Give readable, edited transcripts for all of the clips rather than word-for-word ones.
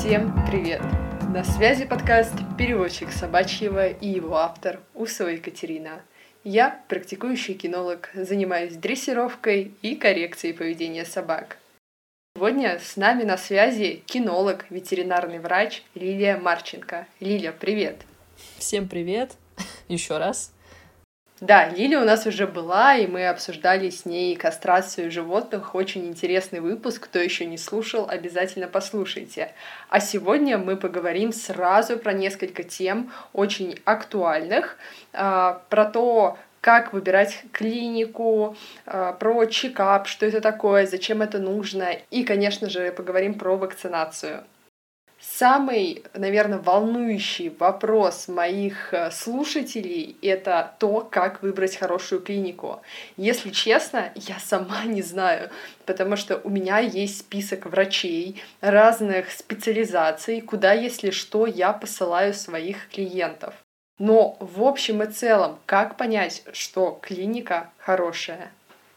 Всем привет! На связи подкаст «Переводчик собачьего» и его автор Усова Екатерина. Я практикующий кинолог, занимаюсь дрессировкой и коррекцией поведения собак. Сегодня с нами на связи кинолог, ветеринарный врач Лилия Марченко. Лиля, привет! Всем привет! Еще раз. Да, Лиля у нас уже была, и мы обсуждали с ней кастрацию животных. Очень интересный выпуск. Кто еще не слушал, обязательно послушайте. А сегодня мы поговорим сразу про несколько тем очень актуальных. Про то, как выбирать клинику, про чекап, что это такое, зачем это нужно. И, конечно же, поговорим про вакцинацию. Самый, наверное, волнующий вопрос моих слушателей — это то, как выбрать хорошую клинику. Если честно, я сама не знаю, потому что у меня есть список врачей разных специализаций, куда, если что, я посылаю своих клиентов. Но в общем и целом, как понять, что клиника хорошая?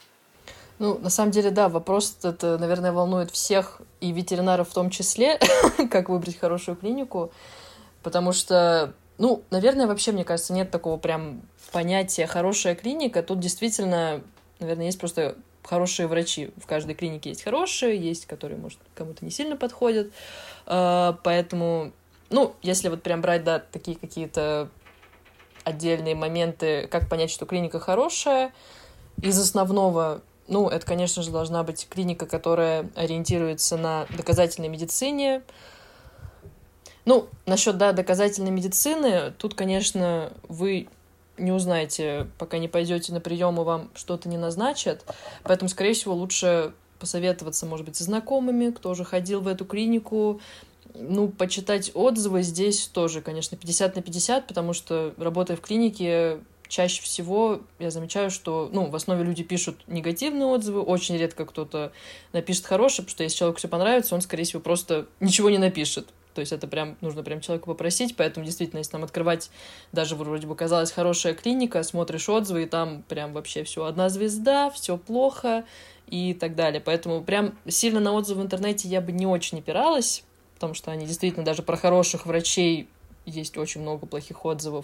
На самом деле, да, вопрос это, наверное, волнует всех, и ветеринаров в том числе, как выбрать хорошую клинику, потому что, наверное, вообще, мне кажется, нет такого прям понятия «хорошая клиника». Тут действительно, наверное, есть просто хорошие врачи. В каждой клинике есть хорошие, есть, которые, может, кому-то не сильно подходят. Поэтому, если вот прям брать, да, такие какие-то отдельные моменты, как понять, что клиника хорошая, из основного... это, конечно же, должна быть клиника, которая ориентируется на доказательной медицине. Насчет, доказательной медицины, тут, конечно, вы не узнаете, пока не пойдете на прием, и вам что-то не назначат. Поэтому, скорее всего, лучше посоветоваться, может быть, со знакомыми, кто уже ходил в эту клинику. Почитать отзывы здесь тоже, конечно, 50/50, потому что, работая в клинике, чаще всего я замечаю, что, в основе люди пишут негативные отзывы, очень редко кто-то напишет хороший, потому что если человеку все понравится, он, скорее всего, просто ничего не напишет. То есть это нужно человеку попросить, поэтому действительно, если нам открывать, даже вроде бы казалась хорошая клиника, смотришь отзывы, и там прям вообще все 1 звезда, все плохо и так далее. Поэтому прям сильно на отзывы в интернете я бы не очень опиралась, потому что они действительно, даже про хороших врачей есть очень много плохих отзывов.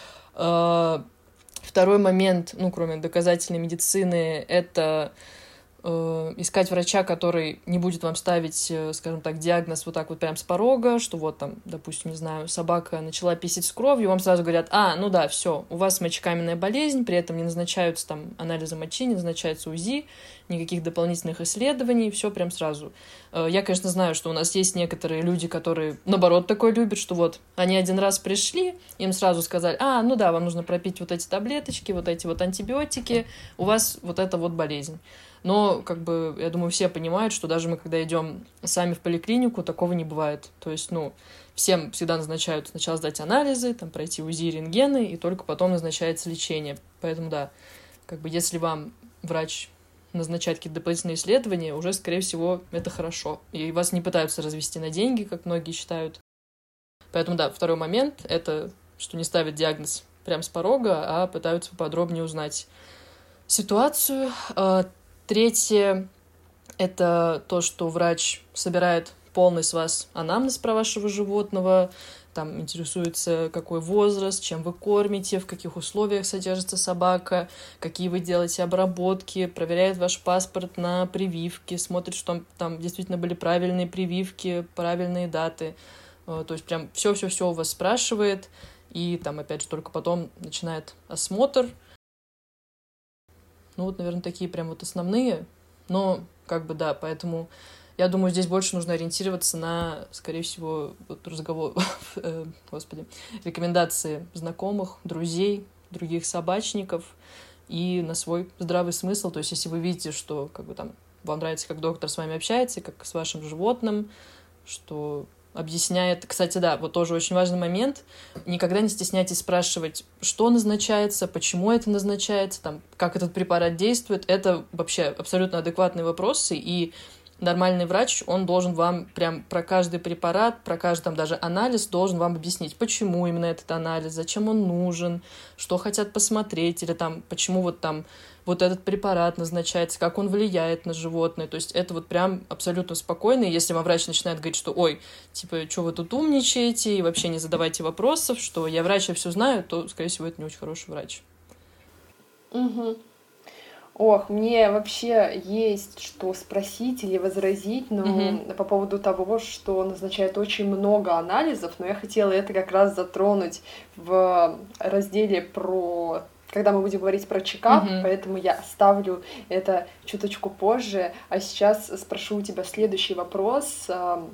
Второй момент, кроме доказательной медицины, это искать врача, который не будет вам ставить, скажем так, диагноз вот так вот прям с порога, что вот там, допустим, не знаю, собака начала писать с кровью, вам сразу говорят: все, у вас мочекаменная болезнь, при этом не назначаются там анализы мочи, не назначается УЗИ, никаких дополнительных исследований, все прям сразу. Я, конечно, знаю, что у нас есть некоторые люди, которые, наоборот, такое любят, что вот они один раз пришли, им сразу сказали: вам нужно пропить вот эти таблеточки, вот эти вот антибиотики, у вас вот эта вот болезнь. Но, я думаю, все понимают, что даже мы, когда идем сами в поликлинику, такого не бывает. То есть, всем всегда назначают сначала сдать анализы, там, пройти УЗИ, рентгены, и только потом назначается лечение. Поэтому, да, если вам врач назначает какие-то дополнительные исследования, уже, скорее всего, это хорошо. И вас не пытаются развести на деньги, как многие считают. Поэтому, да, второй момент — это что не ставят диагноз прямо с порога, а пытаются поподробнее узнать ситуацию. Третье — это то, что врач собирает полный с вас анамнез про вашего животного, там интересуется, какой возраст, чем вы кормите, в каких условиях содержится собака, какие вы делаете обработки, проверяет ваш паспорт на прививки, смотрит, что там действительно были правильные прививки, правильные даты. То есть прям все-все-все у вас спрашивает, и там, опять же, только потом начинает осмотр. Наверное, такие прям вот основные. Но, да, поэтому я думаю, здесь больше нужно ориентироваться на, скорее всего, рекомендации знакомых, друзей, других собачников и на свой здравый смысл. То есть, если вы видите, что, вам нравится, как доктор с вами общается, как с вашим животным, что объясняет. Кстати, да, вот тоже очень важный момент. Никогда не стесняйтесь спрашивать, что назначается, почему это назначается, там, как этот препарат действует. Это вообще абсолютно адекватные вопросы, и нормальный врач, он должен вам прям про каждый препарат, про каждый там даже анализ должен вам объяснить, почему именно этот анализ, зачем он нужен, что хотят посмотреть, или там, почему вот там вот этот препарат назначается, как он влияет на животное. То есть это вот прям абсолютно спокойно. И если вам врач начинает говорить, что ой, типа, что вы тут умничаете, и вообще не задавайте вопросов, что я врач, я все знаю, то, скорее всего, это не очень хороший врач. Угу. Ох, мне вообще есть что спросить или возразить, но по поводу того, что назначают очень много анализов, но я хотела это как раз затронуть в разделе про... когда мы будем говорить про чекап, поэтому я оставлю это чуточку позже. А сейчас спрошу у тебя следующий вопрос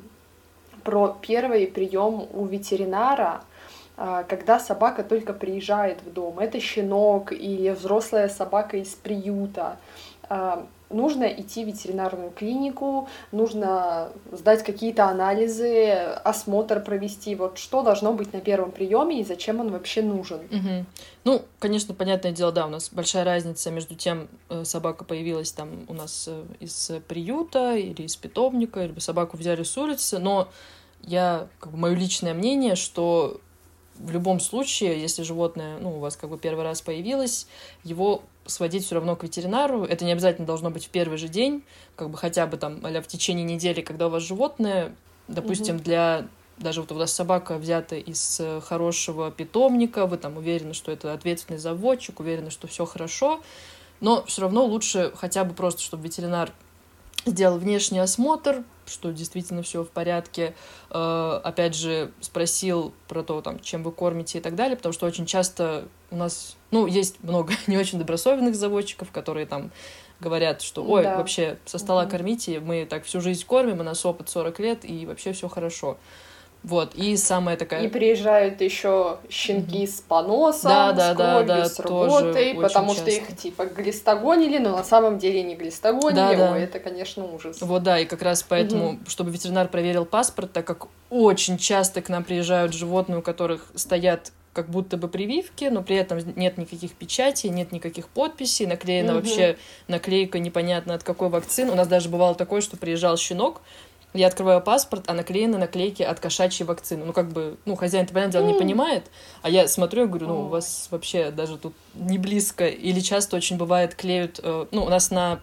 про первый прием у ветеринара. Когда собака только приезжает в дом, это щенок или взрослая собака из приюта, нужно идти в ветеринарную клинику, нужно сдать какие-то анализы, осмотр провести. Вот что должно быть на первом приеме и зачем он вообще нужен? Ну, конечно, понятное дело, да, у нас большая разница между тем, собака появилась там у нас из приюта или из питомника, либо собаку взяли с улицы, но мое личное мнение, что в любом случае, если животное, у вас первый раз появилось, его сводить все равно к ветеринару. Это не обязательно должно быть в первый же день, хотя бы там а-ля в течение недели, когда у вас животное, допустим, даже вот у вас собака взята из хорошего питомника, вы там уверены, что это ответственный заводчик, уверены, что все хорошо, но все равно лучше хотя бы просто, чтобы ветеринар сделал внешний осмотр, что действительно все в порядке, опять же, спросил про то, чем вы кормите и так далее, потому что очень часто у нас, есть много не очень добросовестных заводчиков, которые говорят, что ой, вообще со стола кормите, мы так всю жизнь кормим, у нас опыт 40 лет, и вообще все хорошо. Вот, и самая такая... И приезжают еще щенки с поносом, с кровью, с рвотой, потому что их глистогонили, но на самом деле не глистогонили. Ой, это, конечно, ужас. Вот, да, и как раз поэтому, чтобы ветеринар проверил паспорт, так как очень часто к нам приезжают животные, у которых стоят как будто бы прививки, но при этом нет никаких печатей, нет никаких подписей, наклеена вообще наклейка непонятно от какой вакцины. У нас даже бывало такое, что приезжал щенок, я открываю паспорт, а наклеены наклейки от кошачьей вакцины. Хозяин-то, понятное дело, не понимает, а я смотрю и говорю, у вас вообще даже тут не близко. Или часто очень бывает клеют... у нас на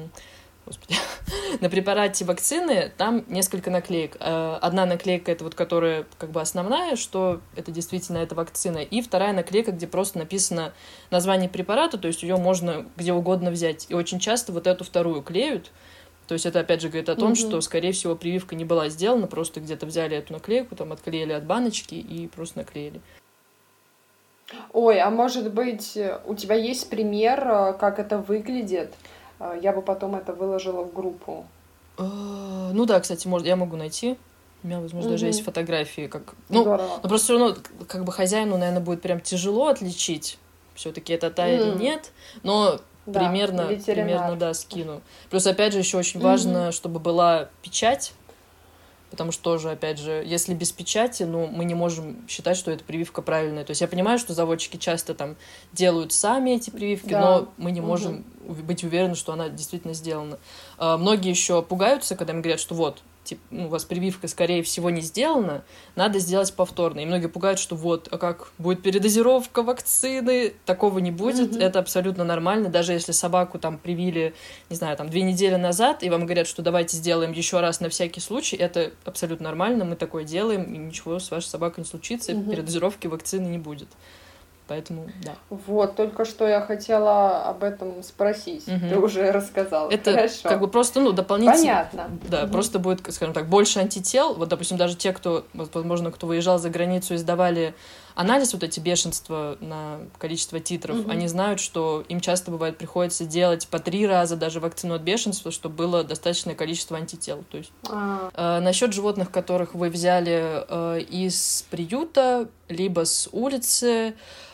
препарате вакцины там несколько наклеек. Одна наклейка — это которая основная, что это действительно эта вакцина, и вторая наклейка, где просто написано название препарата, то есть ее можно где угодно взять. И очень часто вот эту вторую клеют. То есть это, опять же, говорит о том, что, скорее всего, прививка не была сделана, просто где-то взяли эту наклейку, отклеили от баночки и просто наклеили. Ой, а может быть, у тебя есть пример, как это выглядит? Я бы потом это выложила в группу. Ну да, кстати, я могу найти. У меня, возможно, даже есть фотографии. Здорово. Но просто все равно, хозяину, наверное, будет прям тяжело отличить, все-таки это та или нет. Но... Примерно, да, скину. Плюс, опять же, еще очень важно, чтобы была печать, потому что тоже, опять же, если без печати, мы не можем считать, что эта прививка правильная. То есть я понимаю, что заводчики часто делают сами эти прививки, но мы не можем быть уверены, что она действительно сделана. Многие еще пугаются, когда им говорят, что у вас прививка, скорее всего, не сделана, надо сделать повторно. И многие пугают, что а как будет передозировка вакцины, такого не будет, это абсолютно нормально. Даже если собаку привили, не знаю, 2 недели назад, и вам говорят, что давайте сделаем еще раз на всякий случай, это абсолютно нормально, мы такое делаем, и ничего с вашей собакой не случится, передозировки вакцины не будет. Поэтому, да. Вот, только что я хотела об этом спросить. Ты уже рассказала. Это хорошо. Просто, дополнительно. Понятно. Да, просто будет, скажем так, больше антител. Вот, допустим, даже те, кто, возможно, кто выезжал за границу и сдавали анализ, эти бешенства на количество титров, они знают, что им часто бывает приходится делать по 3 раза даже вакцину от бешенства, чтобы было достаточное количество антител. То есть насчет животных, которых вы взяли из приюта, либо с улицы,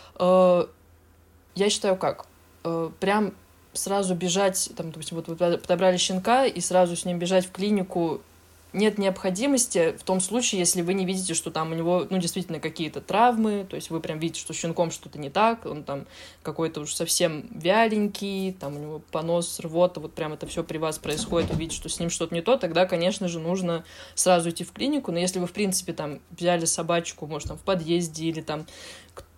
я считаю, прям сразу бежать, допустим, вы подобрали щенка, и сразу с ним бежать в клинику нет необходимости в том случае, если вы не видите, что у него, действительно какие-то травмы, то есть вы прям видите, что с щенком что-то не так, он какой-то уж совсем вяленький, у него понос, рвота, прям это все при вас происходит, вы видите, что с ним что-то не то, тогда, конечно же, нужно сразу идти в клинику, но если вы, в принципе, взяли собачку, может, в подъезде или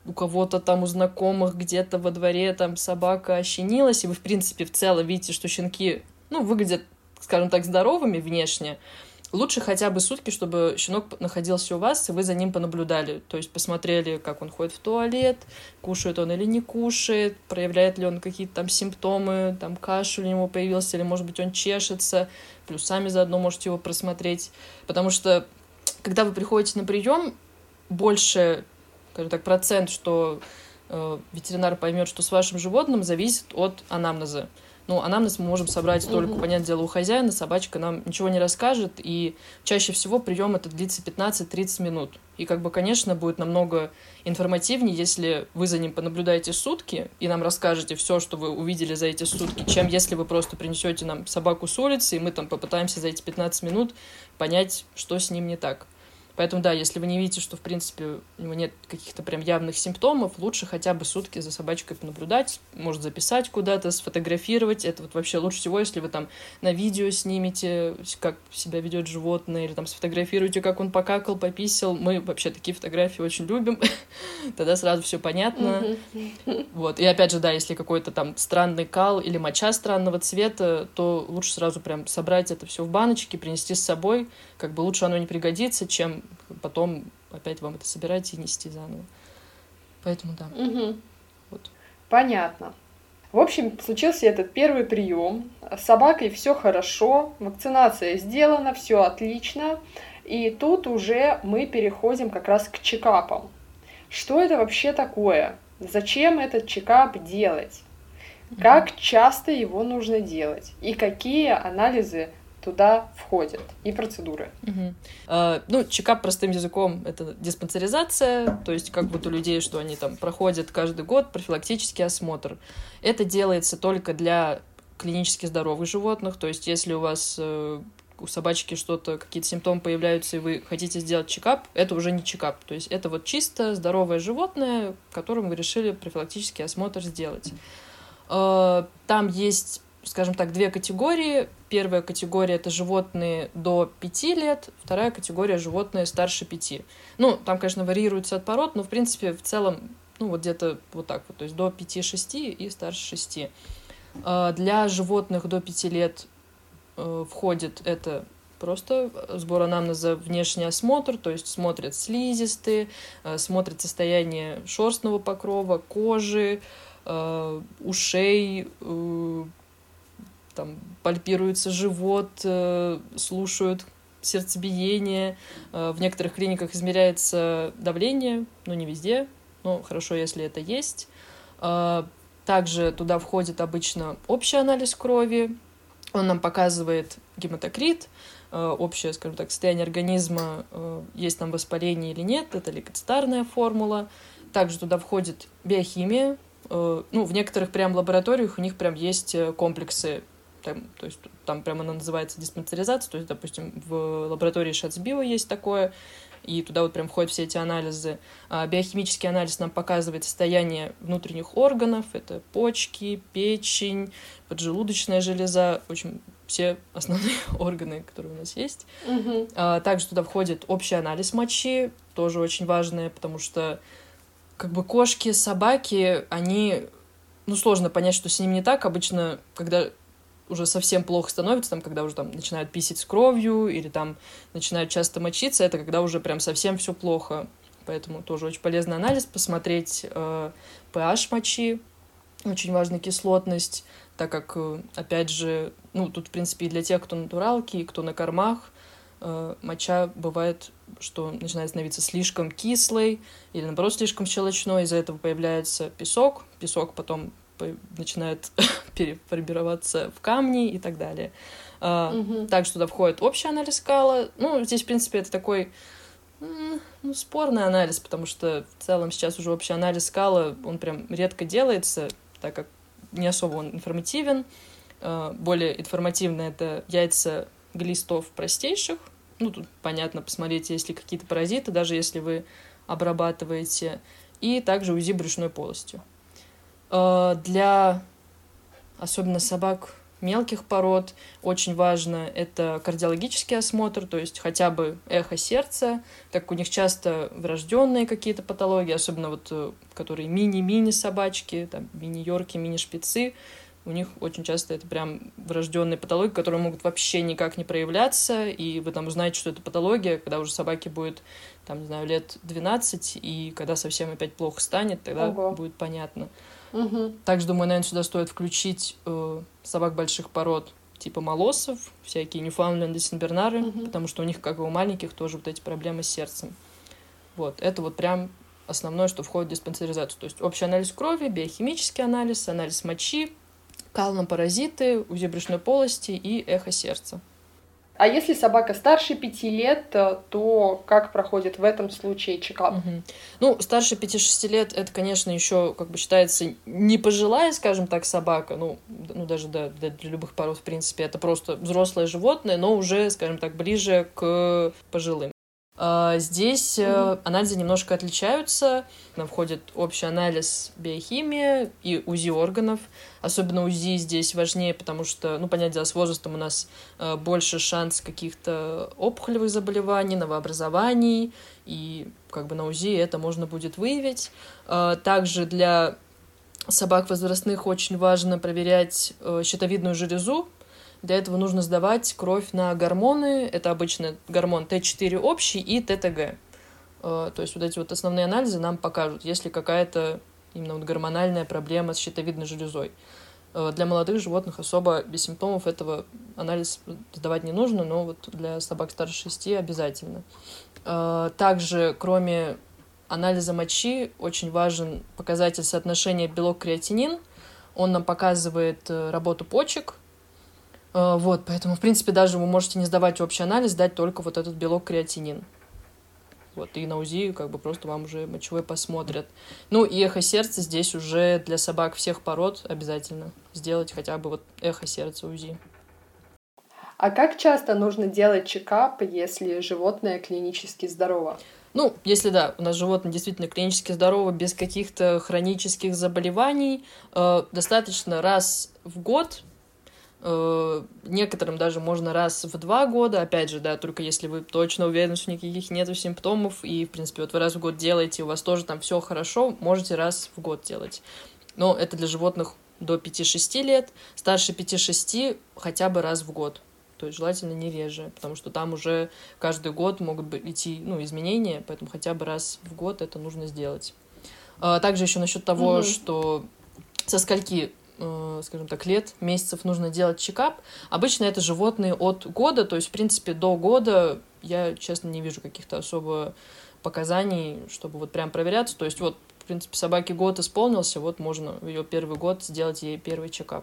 у кого-то там, у знакомых где-то во дворе там собака ощенилась, и вы, в принципе, в целом видите, что щенки, ну, выглядят, скажем так, здоровыми внешне, лучше хотя бы сутки, чтобы щенок находился у вас, и вы за ним понаблюдали. То есть посмотрели, как он ходит в туалет, кушает он или не кушает, проявляет ли он какие-то там симптомы, там кашель у него появился, или, может быть, он чешется. Плюс сами заодно можете его просмотреть. Потому что, когда вы приходите на прием, больше, скажем так, процент, что ветеринар поймет, что с вашим животным, зависит от анамнеза. Ну, анамнез мы можем собрать только, понятное дело, у хозяина, собачка нам ничего не расскажет, и чаще всего прием это длится 15-30 минут. И, как бы, конечно, будет намного информативнее, если вы за ним понаблюдаете сутки и нам расскажете все, что вы увидели за эти сутки, чем если вы просто принесете нам собаку с улицы, и мы там попытаемся за эти 15 минут понять, что с ним не так. Поэтому, да, если вы не видите, что, в принципе, у него нет каких-то прям явных симптомов, лучше хотя бы сутки за собачкой понаблюдать, может записать куда-то, сфотографировать. Это вот вообще лучше всего, если вы там на видео снимете, как себя ведет животное, или там сфотографируете, как он покакал, пописал. Мы вообще такие фотографии очень любим. Тогда сразу все понятно. Вот. И опять же, да, если какой-то там странный кал или моча странного цвета, то лучше сразу прям собрать это все в баночке, принести с собой. Как бы лучше оно не пригодится, чем потом опять вам это собирать и нести заново. Поэтому да. Вот. Понятно. В общем, случился этот первый прием. С собакой все хорошо, вакцинация сделана, все отлично. И тут уже мы переходим как раз к чекапам. Что это вообще такое? Зачем этот чекап делать? Как часто его нужно делать? И какие анализы туда входят и процедуры. Ну, чекап простым языком — это диспансеризация, то есть как вот у людей, что они там проходят каждый год профилактический осмотр. Это делается только для клинически здоровых животных, то есть если у вас у собачки что-то, какие-то симптомы появляются, и вы хотите сделать чекап, это уже не чекап, то есть это вот чисто здоровое животное, которому вы решили профилактический осмотр сделать. Там есть, скажем так, две категории. Первая категория — это животные до 5 лет, вторая категория — животные старше 5. Ну, там, конечно, варьируется от пород, но, в принципе, в целом, ну, вот где-то вот так вот, то есть до 5-6 и старше 6. Для животных до 5 лет входит это просто сбор анамнеза, внешний осмотр, то есть смотрят слизистые, смотрят состояние шерстного покрова, кожи, ушей, там пальпируется живот, слушают сердцебиение. В некоторых клиниках измеряется давление, но не везде, но хорошо, если это есть. Также туда входит обычно общий анализ крови. Он нам показывает гематокрит, общее, скажем так, состояние организма, есть там воспаление или нет, это лейкоцитарная формула. Также туда входит биохимия. Ну, в некоторых прям лабораториях у них прям есть комплексы. Там, то есть там прямо она называется диспансеризация, то есть, допустим, в лаборатории Шацбио есть такое, и туда вот прям входят все эти анализы. Биохимический анализ нам показывает состояние внутренних органов, это почки, печень, поджелудочная железа, в общем, все основные органы, которые у нас есть. Также туда входит общий анализ мочи, тоже очень важное, потому что как бы кошки, собаки, они, ну, сложно понять, что с ними не так. Обычно, когда уже совсем плохо становится, там, когда уже там начинают писать с кровью или там начинают часто мочиться, это когда уже прям совсем все плохо. Поэтому тоже очень полезный анализ посмотреть. pH мочи, очень важна кислотность, так как, опять же, ну, тут, в принципе, и для тех, кто натуралки, и кто на кормах, моча бывает, что начинает становиться слишком кислой или, наоборот, слишком щелочной, из-за этого появляется песок, песок потом начинает переформироваться в камни и так далее. Также туда входит общий анализ кала. Ну, здесь, в принципе, это такой спорный анализ, потому что в целом сейчас уже общий анализ кала, он прям редко делается, так как не особо он информативен. Более информативно это яйца глистов простейших. Ну, тут понятно, посмотрите, есть ли какие-то паразиты, даже если вы обрабатываете. И также УЗИ брюшной полостью. Для особенно собак мелких пород очень важно — это кардиологический осмотр, то есть хотя бы эхо сердца, так как у них часто врожденные какие-то патологии, особенно вот которые мини-мини собачки, там, мини-йорки, мини-шпицы, у них очень часто это прям врожденные патологии, которые могут вообще никак не проявляться, и вы там узнаете, что это патология, когда уже собаке будет, там, не знаю, лет 12, и когда совсем опять плохо станет, тогда будет понятно. Также, думаю, наверное, сюда стоит включить собак больших пород, типа молоссов, всякие Ньюфаундленды, Сенбернары, потому что у них, как и у маленьких, тоже вот эти проблемы с сердцем. Вот, это вот прям основное, что входит в диспансеризацию. То есть общий анализ крови, биохимический анализ мочи, кал-на-паразиты, УЗИ брюшной полости и эхо сердца. А если собака старше 5 лет, то как проходит в этом случае чекап? Ну, старше 5-6 лет это, конечно, еще как бы считается не пожилая, скажем так, собака, ну даже да, для любых пород, в принципе, это просто взрослое животное, но уже, скажем так, ближе к пожилым. Здесь анализы немножко отличаются. Там входит общий анализ биохимии и УЗИ органов. Особенно УЗИ здесь важнее, потому что, понятное дело, с возрастом у нас больше шанс каких-то опухолевых заболеваний, новообразований, и как бы на УЗИ это можно будет выявить. Также для собак возрастных очень важно проверять щитовидную железу. Для этого нужно сдавать кровь на гормоны. Это обычно гормон Т4 общий и ТТГ. То есть вот эти вот основные анализы нам покажут, есть ли какая-то именно вот гормональная проблема с щитовидной железой. Для молодых животных особо без симптомов этого анализ сдавать не нужно, но вот для собак старше 6 обязательно. Также, кроме анализа мочи, очень важен показатель соотношения белок-креатинин. Он нам показывает работу почек. Вот, поэтому, в принципе, даже вы можете не сдавать общий анализ, сдать только вот этот белок-креатинин. Вот, и на УЗИ как бы просто вам уже мочевой посмотрят. Ну, и эхо сердца здесь уже для собак всех пород обязательно сделать хотя бы вот эхо сердца УЗИ. А как часто нужно делать чекап, если животное клинически здорово? Ну, если да, у нас животное действительно клинически здорово, без каких-то хронических заболеваний, достаточно раз в год. Некоторым даже можно раз в 2 года, опять же, да, только если вы точно уверены, что никаких нету симптомов, и, в принципе, вот вы раз в год делаете, у вас тоже там все хорошо, можете раз в год делать. Но это для животных до 5-6 лет, старше 5-6 хотя бы раз в год. То есть желательно не реже, потому что там уже каждый год могут идти изменения, поэтому хотя бы раз в год это нужно сделать. Также еще насчет того, что со скольки, скажем так, лет, месяцев нужно делать чекап. Обычно это животные от года, то есть, в принципе, до года я, честно, не вижу каких-то особо показаний, чтобы вот прям проверяться. То есть, вот, в принципе, собаке год исполнился, вот можно в ее первый год сделать ей первый чекап.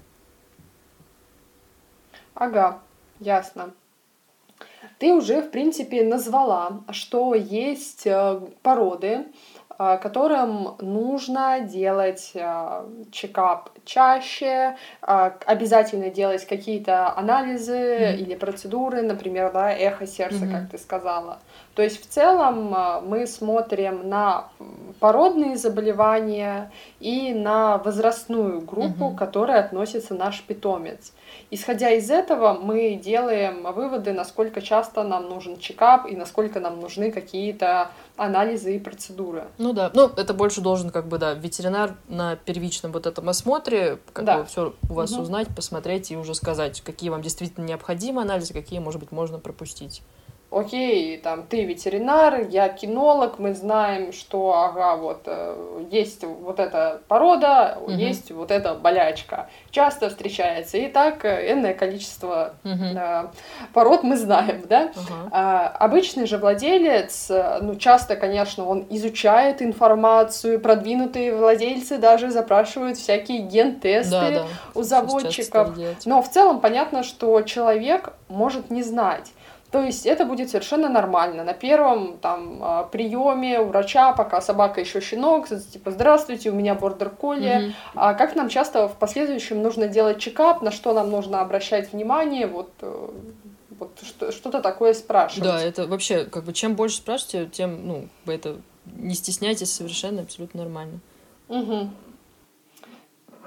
Ага, ясно. Ты уже, в принципе, назвала, что есть породы, которым нужно делать чекап чаще, обязательно делать какие-то анализы или процедуры, например, да, эхо сердца, как ты сказала. То есть в целом мы смотрим на породные заболевания и на возрастную группу, к которой относится наш питомец. Исходя из этого, мы делаем выводы, насколько часто нам нужен чекап и насколько нам нужны какие-то анализы и процедуры. Ну да, это больше должен ветеринар на первичном вот этом осмотре все у вас узнать, посмотреть и уже сказать, какие вам действительно необходимы анализы, какие, может быть, можно пропустить. Окей, там ты ветеринар, я кинолог, мы знаем, что, есть вот эта порода, есть вот эта болячка. Часто встречается. И так энное количество пород мы знаем, да? Обычный же владелец, часто, конечно, он изучает информацию, продвинутые владельцы даже запрашивают всякие ген-тесты у заводчиков. Но в целом понятно, что человек может не знать. То есть это будет совершенно нормально. На первом приеме у врача, пока собака еще щенок, типа: здравствуйте, у меня бордер-колли. А как нам часто в последующем нужно делать чекап, на что нам нужно обращать внимание, вот что-то такое спрашивать. Да, это вообще, чем больше спрашиваете, тем, это не стесняйтесь совершенно, абсолютно нормально.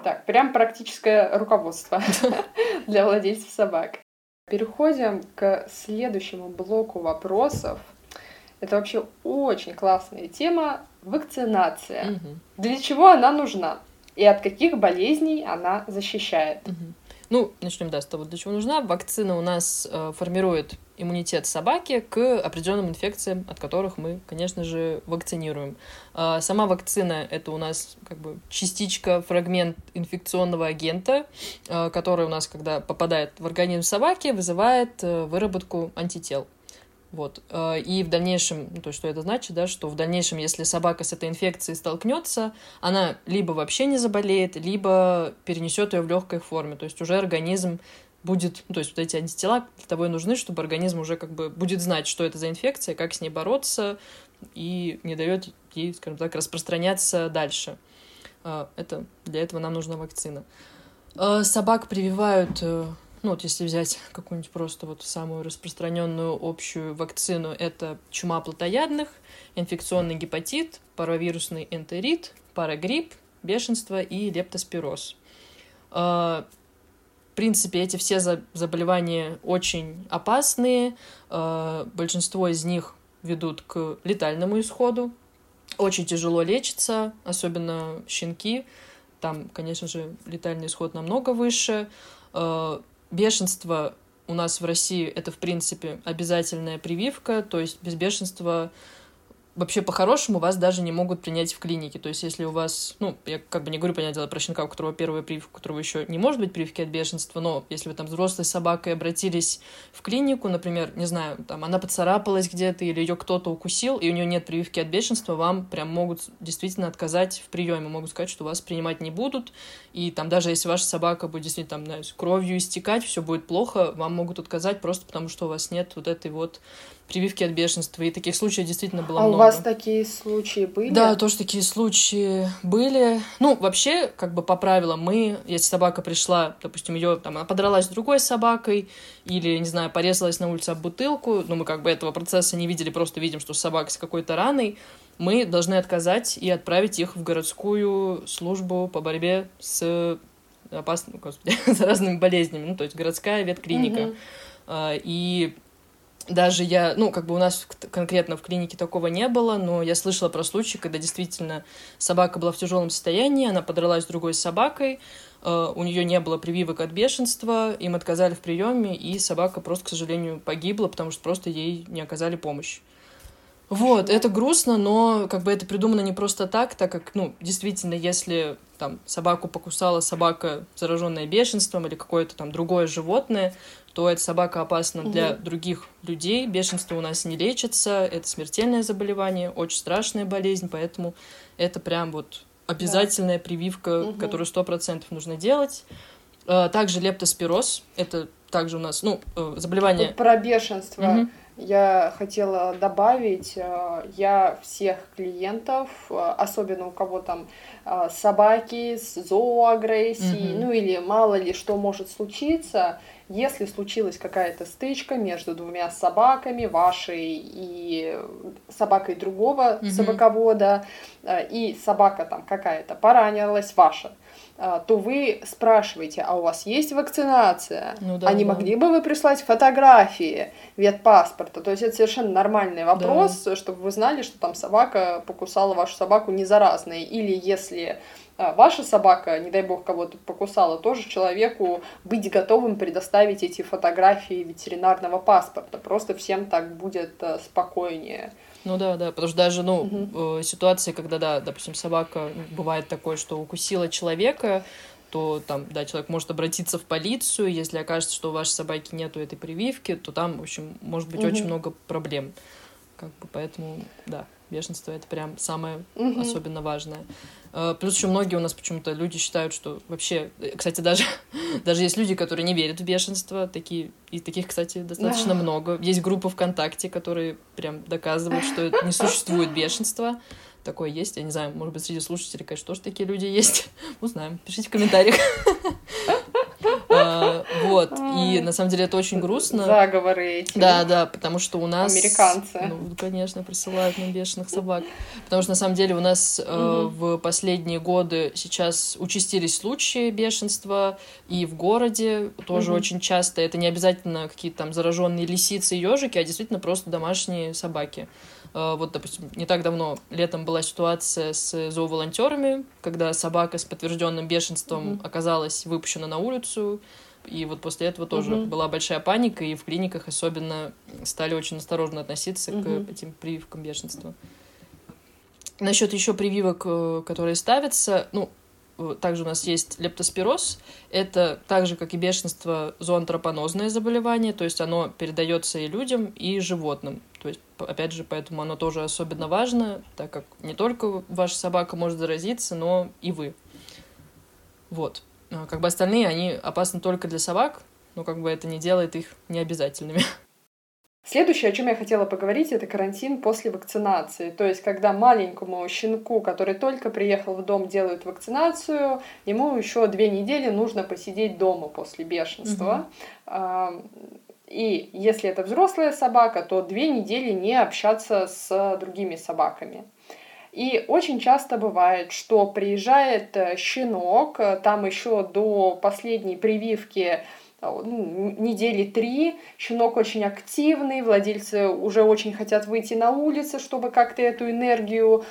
Так, прям практическое руководство для владельцев собак. Переходим к следующему блоку вопросов. Это вообще очень классная тема — вакцинация. Для чего она нужна? И от каких болезней она защищает? Ну, начнем, да, с того, для чего нужна. Вакцина у нас формирует иммунитет собаки к определенным инфекциям, от которых мы, конечно же, вакцинируем. Сама вакцина — это у нас как бы частичка, фрагмент инфекционного агента, который у нас, когда попадает в организм собаки, вызывает выработку антител. Вот. И в дальнейшем, то есть что это значит, да, что в дальнейшем, если собака с этой инфекцией столкнется, она либо вообще не заболеет, либо перенесет ее в легкой форме. То есть уже организм будет, то есть вот эти антитела для того и нужны, чтобы организм уже как бы будет знать, что это за инфекция, как с ней бороться, и не дает ей, скажем так, распространяться дальше. Это, для этого нам нужна вакцина. Собак прививают... Ну, вот если взять какую-нибудь просто вот самую распространенную общую вакцину, это чума плотоядных, инфекционный гепатит, паровирусный энтерит, парагрипп, бешенство и лептоспироз. В принципе, эти все заболевания очень опасные. Большинство из них ведут к летальному исходу. Очень тяжело лечится, особенно щенки. Там, конечно же, летальный исход намного выше. Бешенство у нас в России — это, в принципе, обязательная прививка, то есть без бешенства вообще по-хорошему вас даже не могут принять в клинике. То есть если у вас, ну, я как бы не говорю, понятное дело, про щенка, у которого первая прививка, у которого еще не может быть прививки от бешенства, но если вы там взрослой собакой обратились в клинику, например, не знаю, там она поцарапалась где-то или ее кто-то укусил, и у нее нет прививки от бешенства, вам прям могут действительно отказать в приеме, могут сказать, что вас принимать не будут, и там даже если ваша собака будет действительно там, знаете, кровью истекать, все будет плохо, вам могут отказать просто потому, что у вас нет вот этой вот прививки от бешенства. И таких случаев действительно было много. А у вас такие случаи были? Да, тоже такие случаи были. Ну, вообще, как бы по правилам, мы, если собака пришла, допустим, ее там, она подралась с другой собакой или, не знаю, порезалась на улице об бутылку, но мы как бы этого процесса не видели, просто видим, что собака с какой-то раной, мы должны отказать и отправить их в городскую службу по борьбе с опасными, господи, заразными болезнями, ну, то есть городская ветклиника. И даже я, ну, как бы у нас конкретно в клинике такого не было, но я слышала про случаи, когда действительно собака была в тяжелом состоянии, она подралась с другой собакой, у нее не было прививок от бешенства, им отказали в приеме, и собака просто, к сожалению, погибла, потому что просто ей не оказали помощь. Вот, это грустно, но как бы это придумано не просто так, так как, ну, действительно, если там собаку покусала собака, зараженная бешенством или какое-то там другое животное, то эта собака опасна для других людей. Бешенство у нас не лечится, это смертельное заболевание, очень страшная болезнь, поэтому это прям вот обязательная прививка, которую 100% нужно делать. Также лептоспироз, это также у нас, ну, заболевание... Вот про бешенство я хотела добавить, я всех клиентов, особенно у кого там собаки с зооагрессией, ну или мало ли что может случиться, если случилась какая-то стычка между двумя собаками, вашей и собакой другого собаковода, и собака там какая-то поранилась, ваша, то вы спрашиваете, а у вас есть вакцинация? Ну, да, а не могли бы вы прислать фотографии ветпаспорта? То есть это совершенно нормальный вопрос, чтобы вы знали, что там собака покусала вашу собаку не заразной. Или если ваша собака, не дай бог, кого-то покусала, тоже человеку быть готовым предоставить эти фотографии ветеринарного паспорта. Просто всем так будет спокойнее. Ну да, потому что даже, ну, ситуации, когда, да, допустим, собака, бывает такое, что укусила человека, то там, да, человек может обратиться в полицию, если окажется, что у вашей собаки нету этой прививки, то там, в общем, может быть очень много проблем. Как бы, поэтому, да, бешенство — это прям самое особенно важное. Плюс еще многие у нас почему-то люди считают, что вообще... Кстати, даже есть люди, которые не верят в бешенство. И таких, кстати, достаточно много. Есть группы ВКонтакте, которые прям доказывают, что не существует бешенства. Такое есть. Я не знаю, может быть, среди слушателей, конечно, тоже такие люди есть. Узнаем. Пишите в комментариях. Вот, и на самом деле это очень грустно. Заговоры эти. Да, потому что у нас... Американцы. Ну, конечно, присылают нам бешеных собак. Потому что на самом деле у нас в последние годы сейчас участились случаи бешенства, и в городе тоже очень часто. Это не обязательно какие-то там зараженные лисицы и ежики, а действительно просто домашние собаки. Вот, допустим, не так давно летом была ситуация с зооволонтерами, когда собака с подтвержденным бешенством оказалась выпущена на улицу, и вот после этого тоже была большая паника, и в клиниках особенно стали очень осторожно относиться к этим прививкам бешенства. Насчет еще прививок, которые ставятся, ну, также у нас есть лептоспироз. Это так же, как и бешенство, зоонтропонозное заболевание, то есть оно передается и людям, и животным. То есть, опять же, поэтому оно тоже особенно важно, так как не только ваша собака может заразиться, но и вы. Вот. Как бы остальные, они опасны только для собак, но как бы это не делает их необязательными. Следующее, о чем я хотела поговорить, это карантин после вакцинации. То есть, когда маленькому щенку, который только приехал в дом, делают вакцинацию, ему еще 2 недели нужно посидеть дома после бешенства. И если это взрослая собака, то 2 недели не общаться с другими собаками. И очень часто бывает, что приезжает щенок, там еще до последней прививки недели 3, щенок очень активный, владельцы уже очень хотят выйти на улицу, чтобы как-то эту энергию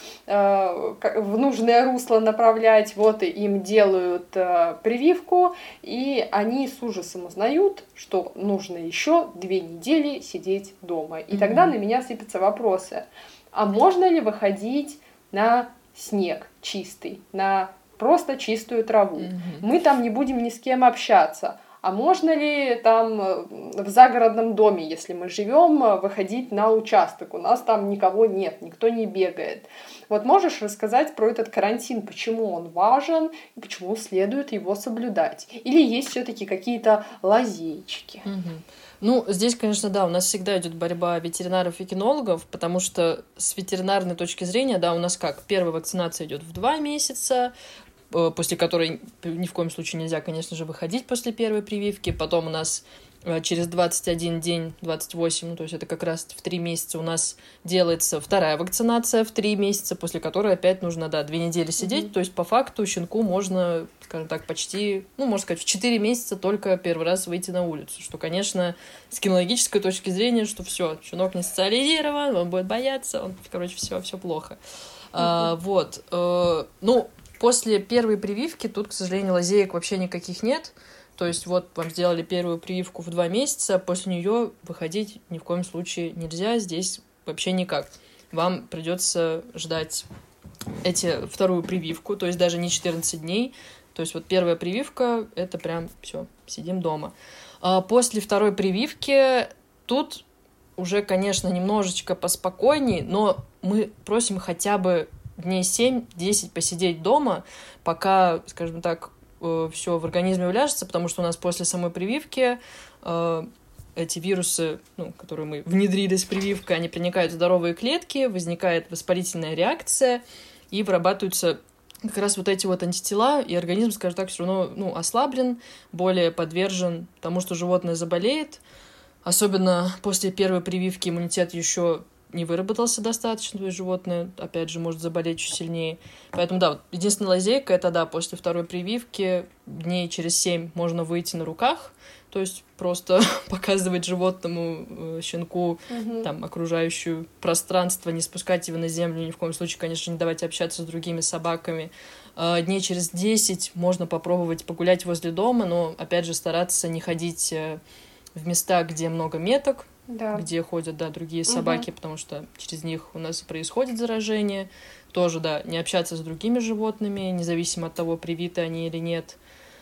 в нужное русло направлять. Вот и им делают прививку, и они с ужасом узнают, что нужно еще 2 недели сидеть дома. И тогда на меня сыпятся вопросы. А можно ли выходить на снег чистый, на просто чистую траву? Мы там не будем ни с кем общаться. А можно ли там в загородном доме, если мы живем, выходить на участок? У нас там никого нет, никто не бегает. Вот можешь рассказать про этот карантин, почему он важен и почему следует его соблюдать? Или есть все-таки какие-то лазейки? Ну, здесь, конечно, да, у нас всегда идет борьба ветеринаров и кинологов, потому что с ветеринарной точки зрения, да, у нас как? Первая вакцинация идет в 2 месяца, после которой ни в коем случае нельзя, конечно же, выходить после первой прививки. Потом у нас через 21 день, 28, ну, то есть это как раз в 3 месяца у нас делается вторая вакцинация в 3 месяца, после которой опять нужно, да, 2 недели сидеть. То есть по факту щенку можно, скажем так, почти, ну, можно сказать, в 4 месяца только первый раз выйти на улицу. Что, конечно, с кинологической точки зрения, что все, щенок не социализирован, он будет бояться, он, короче, все плохо. Вот. Ну, после первой прививки тут, к сожалению, лазеек вообще никаких нет. То есть вот вам сделали первую прививку в 2 месяца, после нее выходить ни в коем случае нельзя, здесь вообще никак. Вам придется ждать вторую прививку, то есть даже не 14 дней. То есть вот первая прививка, это прям все, сидим дома. После второй прививки тут уже, конечно, немножечко поспокойней, но мы просим хотя бы дней 7-10 посидеть дома, пока, скажем так, все в организме уляжется, потому что у нас после самой прививки эти вирусы, которые мы внедрили с прививкой, они проникают в здоровые клетки, возникает воспалительная реакция, и вырабатываются как раз вот эти вот антитела, и организм, скажем так, все равно ослаблен, более подвержен тому, что животное заболеет. Особенно после первой прививки иммунитет еще не выработался достаточно, то есть животное, опять же, может заболеть чуть сильнее. Поэтому, да, вот единственная лазейка — это, да, после второй прививки дней через 7 можно выйти на руках, то есть просто показывать животному, щенку, там, окружающее пространство, не спускать его на землю, ни в коем случае, конечно, не давать общаться с другими собаками. Дней через 10 можно попробовать погулять возле дома, но, опять же, стараться не ходить в места, где много меток, где ходят, да, другие собаки, потому что через них у нас происходит заражение. Тоже, да, не общаться с другими животными, независимо от того, привиты они или нет.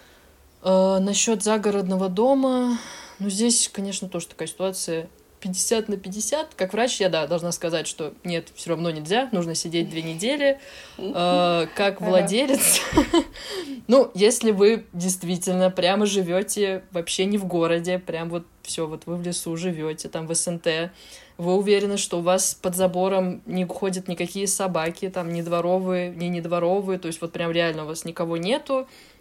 Насчет загородного дома, здесь, конечно, тоже такая ситуация 50/50. Как врач я, да, должна сказать, что нет, все равно нельзя, нужно сидеть 2 недели. Как владелец, если вы действительно прямо живете вообще не в городе, прям вот все, вот вы в лесу живете, там в СНТ, вы уверены, что у вас под забором не ходят никакие собаки, там ни дворовые, ни недворовые, то есть вот прям реально у вас никого нету,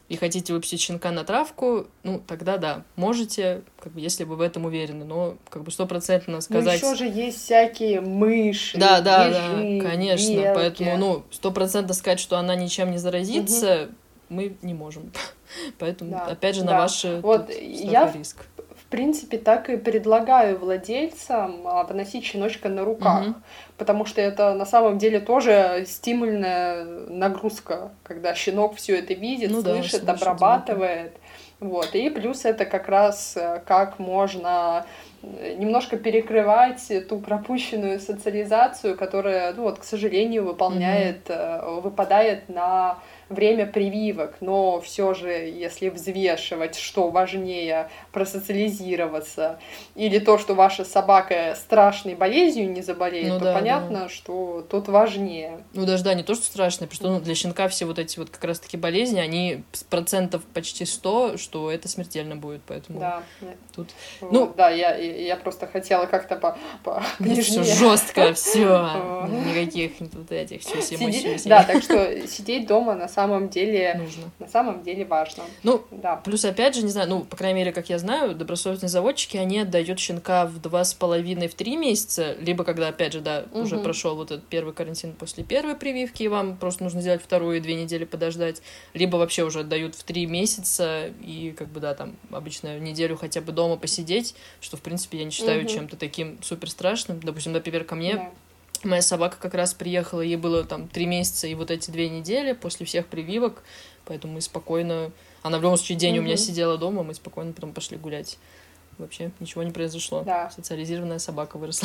и хотите выпустить щенка на травку, ну, тогда да, можете, как бы, если вы в этом уверены, но как бы 100% сказать... Ну, еще же есть всякие мыши, да, ежи, конечно, белки. поэтому, ну, 100% сказать, что она ничем не заразится, мы не можем. Поэтому, опять же, на ваши вот я риск. В принципе, так и предлагаю владельцам поносить щеночка на руках, потому что это на самом деле тоже стимульная нагрузка, когда щенок все это видит, слышит, обрабатывает. Вот. И плюс это как раз как можно немножко перекрывать ту пропущенную социализацию, которая, ну вот, к сожалению, выпадает на время прививок, но все же, если взвешивать, что важнее, просоциализироваться, или то, что ваша собака страшной болезнью не заболеет, то понятно, что тут важнее. Ну даже да, не то, что страшное, потому что для щенка все вот эти вот как раз-таки болезни, они процентов почти 100, что это смертельно будет, поэтому тут... Вот, ну, да, я просто хотела как-то все жестко, все, никаких вот этих эмоций. Да, так что сидеть дома на самом деле нужно. На самом деле важно. Ну, да. Плюс опять же, не знаю, ну, по крайней мере, как я знаю, добросовестные заводчики, они отдают щенка в 2,5-3 месяца, либо когда, опять же, да, уже прошел вот этот первый карантин после первой прививки, и вам просто нужно сделать вторую и 2 недели подождать, либо вообще уже отдают в 3 месяца, и как бы, да, там, обычно неделю хотя бы дома посидеть, что, в принципе, я не считаю чем-то таким супер страшным. Допустим, например, ко мне моя собака как раз приехала, ей было там 3 месяца и вот эти 2 недели после всех прививок, поэтому мы спокойно... Она в любом случае день у меня сидела дома, мы спокойно потом пошли гулять. Вообще ничего не произошло. Да. Социализированная собака выросла.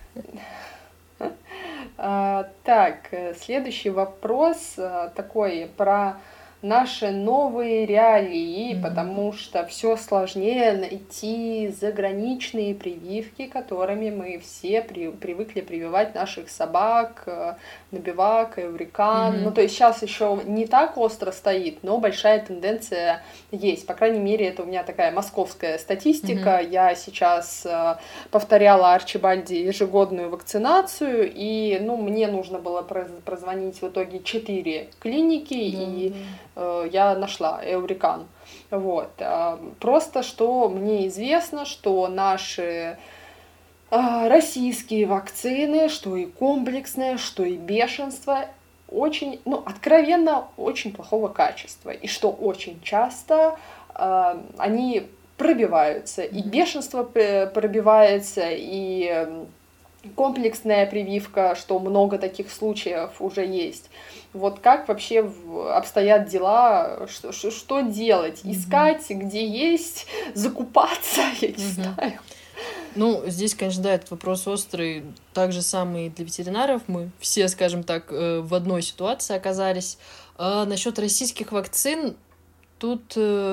Так, следующий вопрос такой про наши новые реалии, потому что все сложнее найти заграничные прививки, которыми мы все привыкли прививать наших собак, Набивак, Эврикан. Ну, то есть сейчас еще не так остро стоит, но большая тенденция есть. По крайней мере, это у меня такая московская статистика. Я сейчас повторяла Арчибальде ежегодную вакцинацию, и, ну, мне нужно было прозвонить в итоге 4 клиники, и я нашла Эврикан. Вот. Просто что мне известно, что наши российские вакцины, что и комплексное, что и бешенство, очень, ну, откровенно, очень плохого качества. И что очень часто они пробиваются. И бешенство пробивается, и комплексная прививка, что много таких случаев уже есть. Вот как вообще обстоят дела, что делать? Искать, где есть, закупаться, я не знаю. Ну, здесь, конечно, да, этот вопрос острый, так же самый и для ветеринаров. Мы все, скажем так, в одной ситуации оказались. А насчет российских вакцин, тут...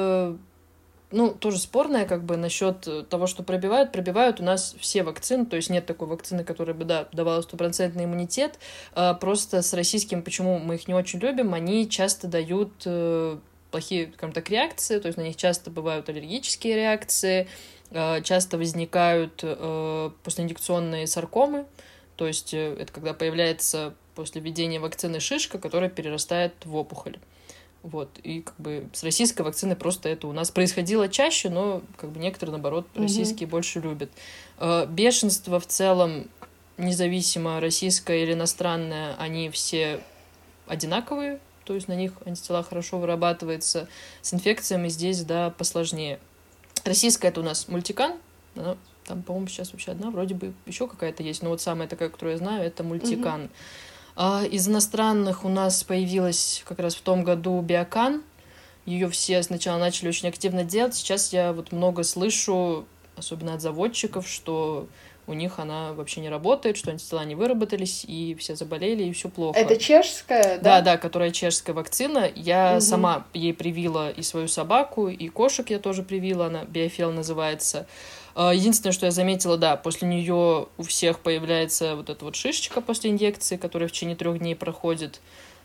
Ну, тоже спорное, как бы, насчет того, что пробивают у нас все вакцины, то есть нет такой вакцины, которая бы, да, давала стопроцентный иммунитет, просто с российским, почему мы их не очень любим, они часто дают плохие, скажем так, реакции, то есть на них часто бывают аллергические реакции, часто возникают послеинъекционные саркомы, то есть это когда появляется после введения вакцины шишка, которая перерастает в опухоль. Вот, и как бы с российской вакциной просто это у нас происходило чаще, но как бы некоторые, наоборот, российские больше любят. Бешенство в целом, независимо российское или иностранное, они все одинаковые, то есть на них антитела хорошо вырабатываются. С инфекциями здесь, да, посложнее. Российская это у нас мультикан, там, по-моему, сейчас вообще одна, вроде бы еще какая-то есть, но вот самая такая, которую я знаю, это мультикан. Из иностранных у нас появилась как раз в том году Биокан. Ее все сначала начали очень активно делать. Сейчас я вот много слышу, особенно от заводчиков, что у них она вообще не работает, что антитела не выработались, и все заболели, и все плохо. Это чешская, да? Да, которая чешская вакцина. Я сама ей привила и свою собаку, и кошек я тоже привила, она Биофел называется. Единственное, что я заметила, да, после нее у всех появляется вот эта вот шишечка после инъекции, которая в течение 3 дней проходит.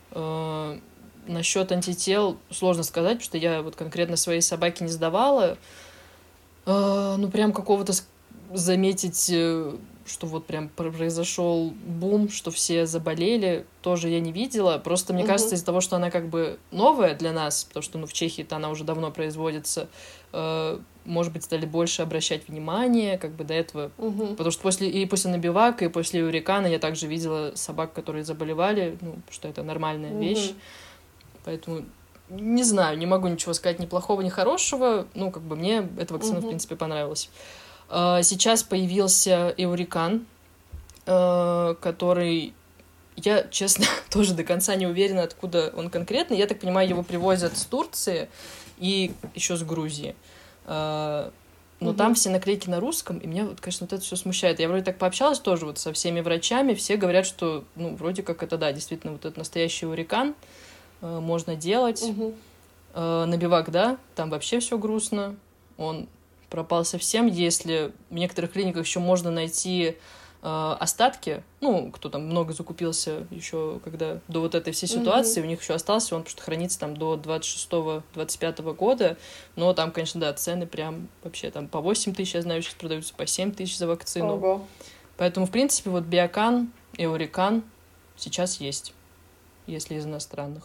Насчет антител сложно сказать, потому что я вот конкретно своей собаке не сдавала. Ну, прям какого-то заметить, что вот прям произошел бум, что все заболели, тоже я не видела. Просто мне кажется, из-за того, что она как бы новая для нас, потому что в Чехии-то она уже давно производится, может быть, стали больше обращать внимание, как бы до этого. Потому что после набивака и после урикана я также видела собак, которые заболевали, что это нормальная вещь. Поэтому не знаю, не могу ничего сказать ни плохого, ни хорошего. Как бы мне эта вакцина, в принципе, понравилась. Сейчас появился Эурикан, который... Я, честно, тоже до конца не уверена, откуда он конкретно. Я так понимаю, его привозят с Турции и еще с Грузии. Но там все наклейки на русском, и меня, конечно, вот это все смущает. Я вроде так пообщалась тоже вот со всеми врачами, все говорят, что, вроде как это, да, действительно, вот этот настоящий Эурикан можно делать. Набивак, да, там вообще все грустно. Он пропал совсем. Если в некоторых клиниках еще можно найти остатки, кто там много закупился еще, когда до вот этой всей ситуации, у них еще остался, он просто хранится там до 26-25 года, но там, конечно, да, цены прям вообще там по 8 тысяч, я знаю, сейчас продаются по 7 тысяч за вакцину. Ого. Поэтому, в принципе, вот Биокан, Эурикан сейчас есть, если из иностранных.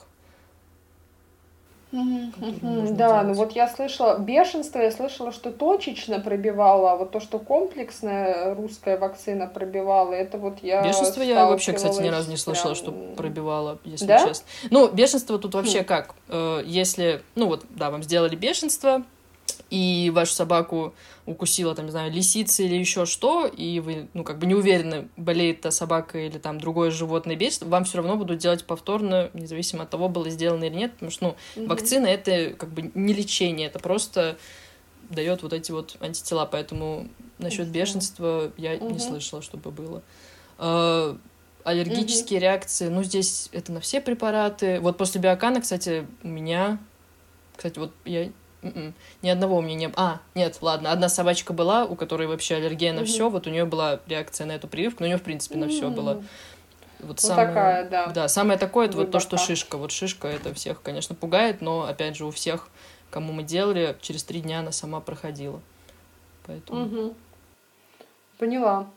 Да, вот я слышала, бешенство, я слышала, что точечно пробивала, а вот то, что комплексная русская вакцина пробивала, это вот я Бешенство я вообще, кстати, ни разу не слышала, что пробивала, если честно. Бешенство тут вообще как? Если, вам сделали бешенство, и вашу собаку укусила, там, не знаю, лисица или еще что, и вы, не уверены, болеет та собака или там другое животное бесит, вам все равно будут делать повторно, независимо от того, было сделано или нет, потому что, вакцина — это как бы не лечение, это просто дает вот эти вот антитела, поэтому насчет бешенства я не слышала, чтобы было. Аллергические реакции, здесь это на все препараты. Вот после Биокана, кстати, у меня... Кстати, вот я... Ни одного у меня не было. Нет, ладно, одна собачка была, у которой вообще аллергия на все, вот у нее была реакция на эту прививку, но у нее, в принципе, на все было. Вот самое, такая, да. Да, самое такое, это вот то, что шишка. Вот шишка, это всех, конечно, пугает, но, опять же, у всех, кому мы делали, через 3 дня она сама проходила. Поэтому... Поняла.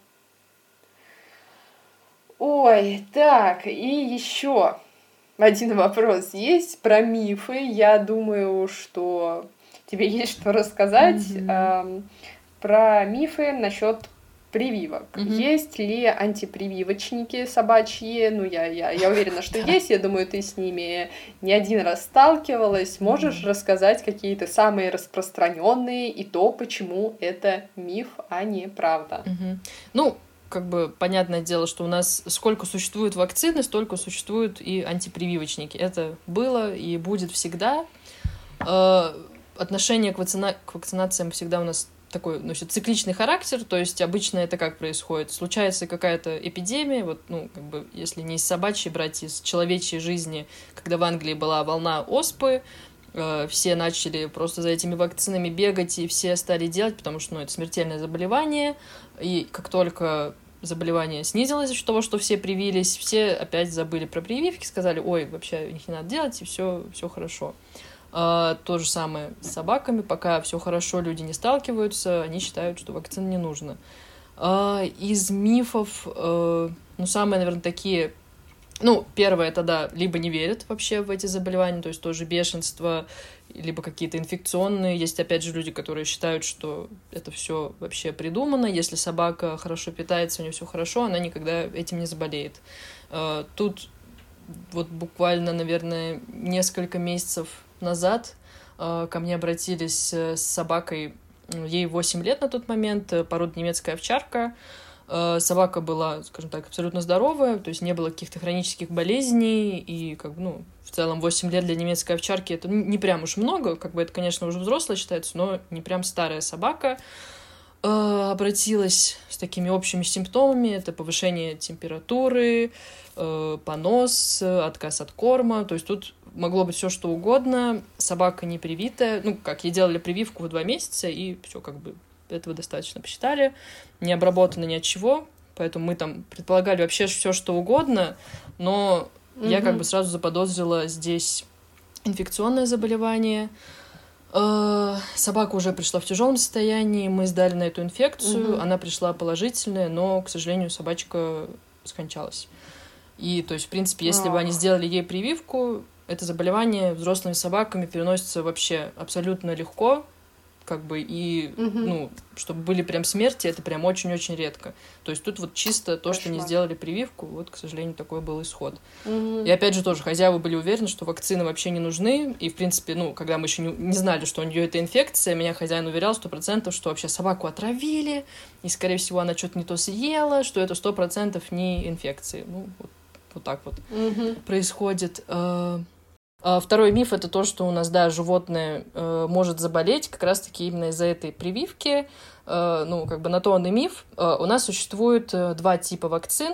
Ой, так, и еще один вопрос есть про мифы. Я думаю, что тебе есть что рассказать про мифы насчет прививок. Есть ли антипрививочники собачьи? Я уверена, что есть. Я думаю, ты с ними не один раз сталкивалась. Можешь рассказать какие-то самые распространенные и то, почему это миф, а не правда? Как бы понятное дело, что у нас сколько существует вакцины, столько существуют и антипрививочники. Это было и будет всегда. Отношение к вакцинациям всегда у нас такой носит цикличный характер, то есть обычно это как происходит? Случается какая-то эпидемия, если не из собачьей брать, из человечьей жизни, когда в Англии была волна оспы, все начали просто за этими вакцинами бегать, и все стали делать, потому что это смертельное заболевание, и как только заболевание снизилось за счет того, что все привились, все опять забыли про прививки, сказали, ой, вообще их не надо делать, и все хорошо. То же самое с собаками, пока все хорошо, люди не сталкиваются, они считают, что вакцина не нужна. Из мифов, самые, наверное, такие... первое, это, да, либо не верят вообще в эти заболевания, то есть тоже бешенство, либо какие-то инфекционные. Есть, опять же, люди, которые считают, что это все вообще придумано. Если собака хорошо питается, у нее все хорошо, она никогда этим не заболеет. Тут вот буквально, наверное, несколько месяцев назад ко мне обратились с собакой, ей 8 лет на тот момент, порода немецкая овчарка. Собака была, скажем так, абсолютно здоровая, то есть не было каких-то хронических болезней, и в целом 8 лет для немецкой овчарки это не прям уж много, это, конечно, уже взрослая считается, но не прям старая собака. Обратилась с такими общими симптомами, это повышение температуры, понос, отказ от корма, то есть тут могло быть все что угодно, собака не привитая, ей делали прививку в 2 месяца, и все этого достаточно посчитали, не обработано ни от чего, поэтому мы там предполагали вообще все что угодно, но я сразу заподозрила здесь инфекционное заболевание. Собака уже пришла в тяжелом состоянии, мы сдали на эту инфекцию, она пришла положительная, но, к сожалению, собачка скончалась. И, то есть, в принципе, если бы они сделали ей прививку, это заболевание взрослыми собаками переносится вообще абсолютно легко, как бы, и, ну, чтобы были прям смерти, это прям очень-очень редко. То есть тут вот чисто то, что не сделали прививку, вот, к сожалению, такой был исход. И опять же тоже хозяева были уверены, что вакцины вообще не нужны, и, в принципе, ну, когда мы еще не знали, что у нее это инфекция, меня хозяин уверял 100%, что вообще собаку отравили, и, скорее всего, она что-то не то съела, что это 100% не инфекции. Ну, вот так вот происходит. Второй миф — это то, что у нас, да, животное может заболеть как раз-таки именно из-за этой прививки. Ну, как бы на то он и миф. У нас существует два типа вакцин.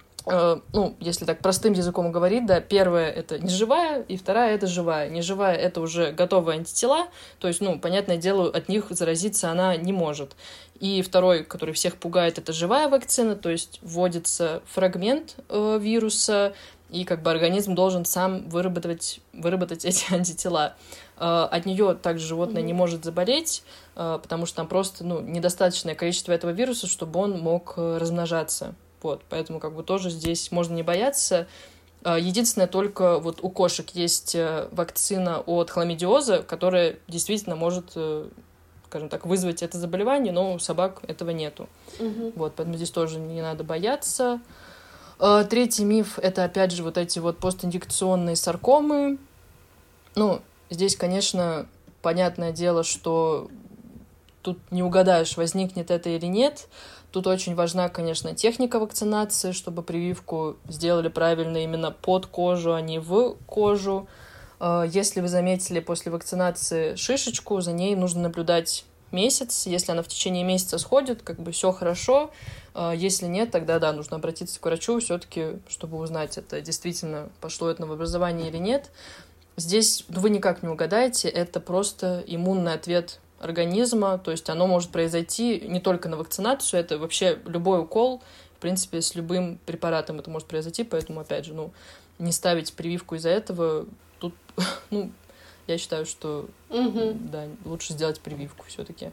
Ну, если так простым языком говорить, да, первая — это неживая, и вторая — это живая. Неживая — это уже готовые антитела, то есть, ну, понятное дело, от них заразиться она не может. И второй, который всех пугает, это живая вакцина, то есть вводится фрагмент вируса, и как бы организм должен сам выработать эти антитела. От нее также животное не может заболеть, потому что там просто, ну, недостаточное количество этого вируса, чтобы он мог размножаться. Вот, поэтому как бы тоже здесь можно не бояться. Единственное, только вот у кошек есть вакцина от хламидиоза, которая действительно может, скажем так, вызвать это заболевание, но у собак этого нету. Вот, поэтому здесь тоже не надо бояться. Третий миф — это, опять же, вот эти вот постинъекционные саркомы. Ну, здесь, конечно, понятное дело, что тут не угадаешь, возникнет это или нет. Тут очень важна, конечно, техника вакцинации, чтобы прививку сделали правильно именно под кожу, а не в кожу. Если вы заметили после вакцинации шишечку, за ней нужно наблюдать месяц. Если она в течение месяца сходит, как бы все хорошо. Если нет, тогда, да, нужно обратиться к врачу все-таки, чтобы узнать, это действительно пошло это новообразование или нет. Здесь вы никак не угадаете, это просто иммунный ответ организма, то есть оно может произойти не только на вакцинацию, это вообще любой укол, в принципе, с любым препаратом это может произойти, поэтому, опять же, ну, не ставить прививку из-за этого, тут, ну, я считаю, что, да, лучше сделать прививку все-таки.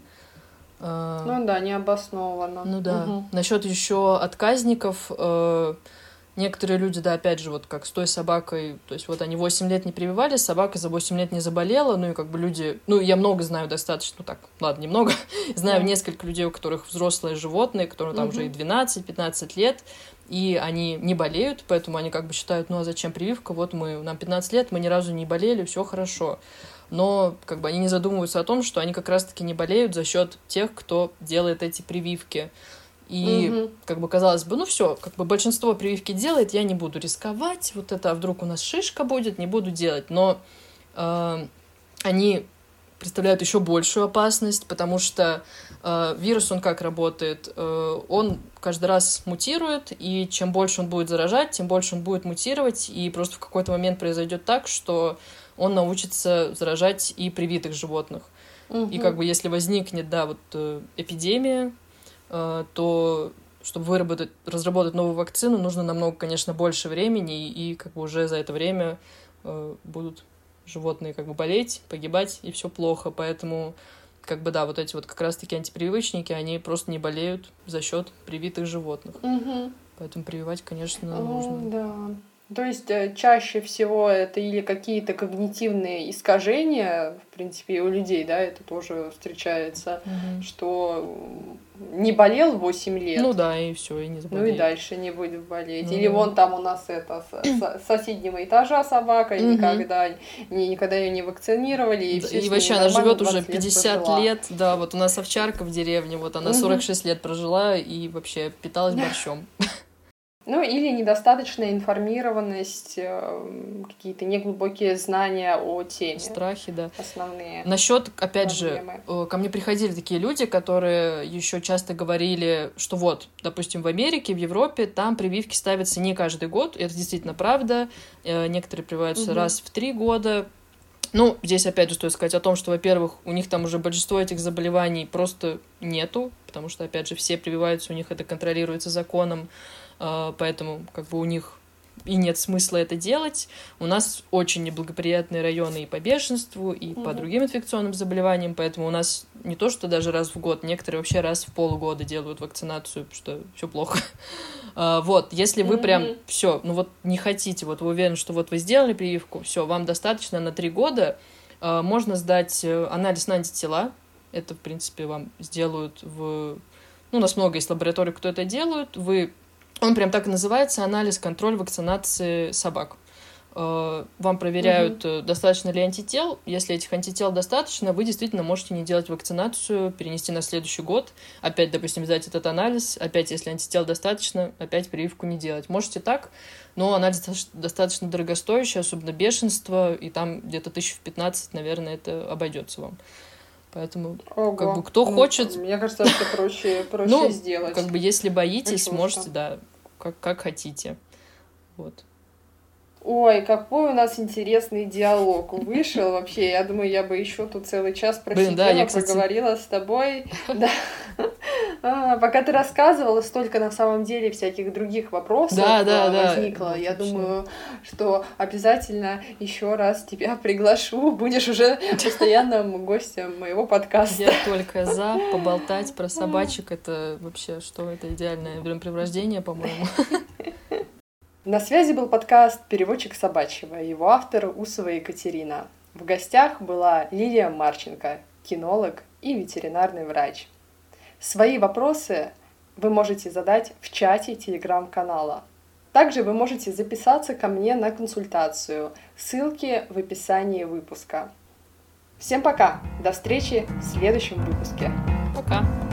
Ну да, необоснованно. Ну да. Насчет еще отказников, некоторые люди, да, опять же, вот как с той собакой, то есть вот они 8 лет не прививались, собака за 8 лет не заболела, ну и как бы люди, ну я много знаю достаточно, ну так, ладно, немного, знаю несколько людей, у которых взрослые животные, которым там уже и 12-15 лет, и они не болеют, поэтому они как бы считают, ну а зачем прививка, вот нам 15 лет, мы ни разу не болели, все хорошо. Но как бы они не задумываются о том, что они как раз-таки не болеют за счет тех, кто делает эти прививки. И, как бы, казалось бы, ну все, как бы большинство прививки делает, я не буду рисковать, вот это, а вдруг у нас шишка будет, не буду делать. Но они представляют еще большую опасность, потому что вирус, он как работает? Он каждый раз мутирует, и чем больше он будет заражать, тем больше он будет мутировать, и просто в какой-то момент произойдет так, что он научится заражать и привитых животных. И как бы если возникнет, да, вот эпидемия, то чтобы разработать новую вакцину, нужно намного, конечно, больше времени, и как бы уже за это время будут животные как бы болеть, погибать, и все плохо. Поэтому, как бы, да, вот эти вот как раз-таки антипрививочники, они просто не болеют за счет привитых животных. Поэтому прививать, конечно, нужно. Да. То есть чаще всего это или какие-то когнитивные искажения, в принципе, и у людей, да, это тоже встречается, что не болел 8 лет. Ну да, и все, и не заболеет. Ну и дальше не будет болеть. Или вон там у нас это с соседнего этажа собака, и никогда ее не вакцинировали. И вообще она живет уже 50 лет. Да, вот у нас овчарка в деревне, вот она 46 лет прожила и вообще питалась борщом. Ну, или недостаточная информированность, какие-то неглубокие знания о теме. Страхи, да. Основные. Насчет, опять же, ко мне приходили такие люди, которые еще часто говорили, что вот, допустим, в Америке, в Европе, там прививки ставятся не каждый год. Это действительно правда. Некоторые прививаются раз в 3 года. Ну, здесь опять же стоит сказать о том, что, во-первых, у них там уже большинство этих заболеваний просто нету, потому что, опять же, все прививаются, у них это контролируется законом. Поэтому как бы у них и нет смысла это делать. У нас очень неблагоприятные районы и по бешенству, и по другим инфекционным заболеваниям, поэтому у нас не то, что даже раз в год, некоторые вообще раз в полгода делают вакцинацию, что все плохо. Вот, если вы прям все, ну вот не хотите, вот вы уверены, что вот вы сделали прививку, все, вам достаточно на 3 года, можно сдать анализ на антитела. Это, в принципе, вам сделают в... Ну, у нас много есть лабораторий, кто это делают. Он прям так и называется, анализ, контроль вакцинации собак. Вам проверяют, достаточно ли антител. Если этих антител достаточно, вы действительно можете не делать вакцинацию, перенести на следующий год. Опять, допустим, сдать этот анализ. Опять, если антител достаточно, опять прививку не делать. Можете так, но анализ достаточно дорогостоящий, особенно бешенство, и там где-то 15 000, наверное, это обойдется вам. Поэтому, как бы, кто хочет... Мне кажется, это проще сделать. Как бы, если боитесь, можете, да, как хотите. Вот. Ой, какой у нас интересный диалог вышел вообще. Я думаю, я бы еще тут целый час просидела, проговорила с тобой. Пока ты рассказывала, столько на самом деле всяких других вопросов возникло. Я думаю, что обязательно еще раз тебя приглашу. Будешь уже постоянным гостем моего подкаста. Я только за поболтать про собачек. Это вообще что? Это идеальное времяпрепровождение, по-моему. На связи был подкаст «Переводчик собачьего», его автор Усова Екатерина. В гостях была Лилия Марченко, кинолог и ветеринарный врач. Свои вопросы вы можете задать в чате телеграм-канала. Также вы можете записаться ко мне на консультацию. Ссылки в описании выпуска. Всем пока! До встречи в следующем выпуске. Пока!